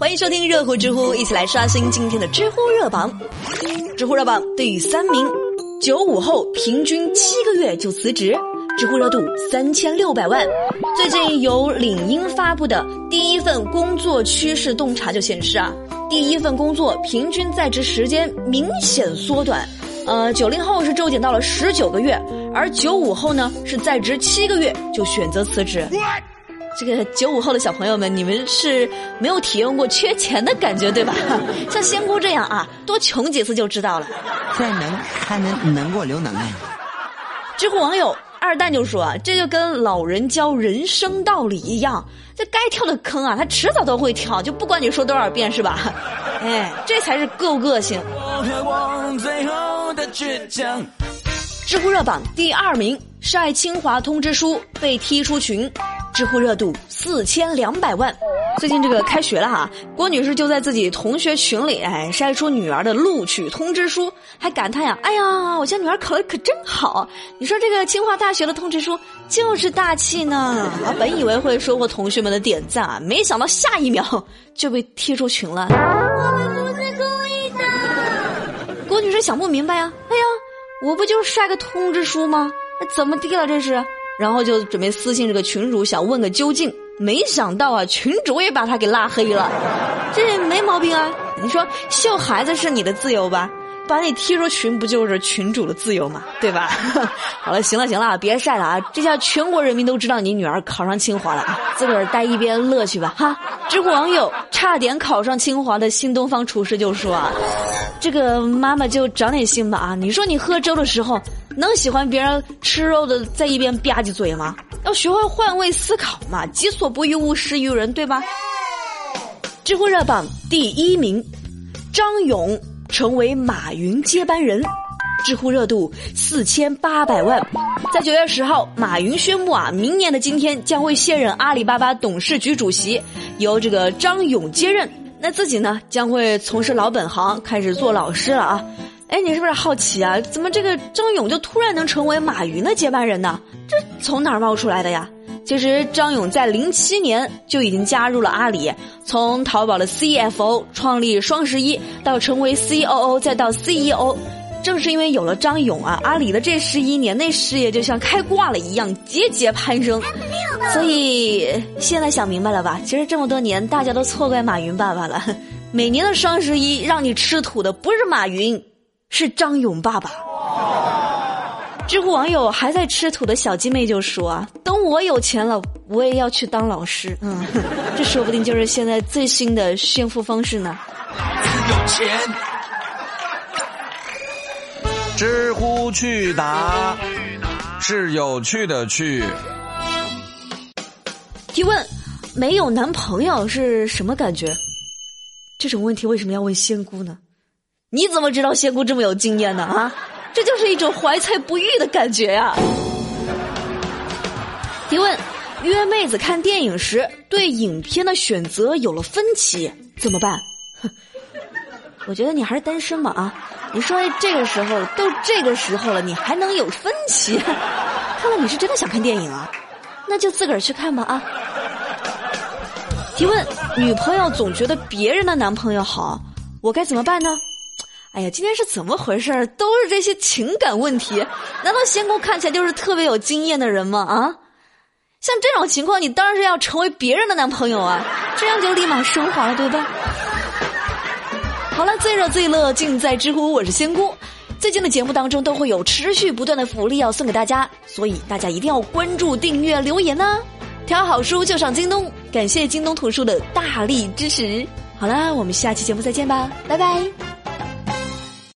欢迎收听热乎知乎，一起来刷新今天的知乎热榜。知乎热榜第3名，95后平均7个月就辞职，知乎热度3600万。最近由领英发布的第一份工作趋势洞察就显示第一份工作平均在职时间明显缩短。90后是骤减到了19个月，而95后呢是在职7个月就选择辞职。这个95后的小朋友们，你们是没有体验过缺钱的感觉对吧？像仙姑这样多穷几次就知道了。 再能还能给我留能耐。 知乎网友二蛋就说这就跟老人教人生道理一样，这该跳的坑他迟早都会跳，就不管你说多少遍是吧？这才是够个性。知乎热榜第2名，晒清华通知书被踢出群，知乎热度4200万。最近这个开学了郭女士就在自己同学群里晒出女儿的录取通知书，还感叹哎呀，我家女儿考得可真好，你说这个清华大学的通知书就是大气呢。本以为会收获同学们的点赞没想到下一秒就被踢出群了。 我们不是故意的。 郭女士想不明白哎呀，我不就是晒个通知书吗？怎么地了这是？然后就准备私信这个群主想问个究竟，没想到群主也把他给拉黑了。这没毛病你说秀孩子是你的自由吧，把你踢出群不就是群主的自由嘛，对吧？好了，行了，别晒了这下全国人民都知道你女儿考上清华了自个儿待一边乐去吧知乎网友差点考上清华的新东方厨师就说这个妈妈就长点心吧你说你喝粥的时候能喜欢别人吃肉的在一边吧唧嘴吗？要学会换位思考嘛，己所不欲勿施于人，对吧？知乎热榜第1名，张勇成为马云接班人，知乎热度4800万。在9月10号，马云宣布明年的今天将会卸任阿里巴巴董事局主席，由这个张勇接任。那自己呢，将会从事老本行，开始做老师了你是不是好奇怎么这个张勇就突然能成为马云的接班人呢？这从哪儿冒出来的呀？其实张勇在07年就已经加入了阿里，从淘宝的 CFO 创立双11到成为 COO 再到 CEO。正是因为有了张勇阿里的这11年内事业就像开挂了一样节节攀升。所以现在想明白了吧，其实这么多年大家都错怪马云爸爸了，每年的双11让你吃土的不是马云，是张勇爸爸。知乎网友还在吃土的小鸡妹就说等我有钱了我也要去当老师这说不定就是现在最新的炫富方式呢。 有钱知乎趣答是有趣的趣。 提问：没有男朋友是什么感觉？这种问题为什么要问仙姑呢？你怎么知道仙姑这么有经验呢这就是一种怀才不遇的感觉提问：约妹子看电影时对影片的选择有了分歧怎么办？我觉得你还是单身吧你说这个时候都这个时候了你还能有分歧看来你是真的想看电影那就自个儿去看吧提问：女朋友总觉得别人的男朋友好，我该怎么办呢？哎呀，今天是怎么回事？都是这些情感问题，难道仙姑看起来就是特别有经验的人吗？像这种情况你当然是要成为别人的男朋友这样就立马升华了，对吧？好了，最热最乐尽在知乎，我是仙姑。最近的节目当中都会有持续不断的福利要送给大家，所以大家一定要关注订阅留言挑好书就上京东，感谢京东图书的大力支持。好了，我们下期节目再见吧，拜拜。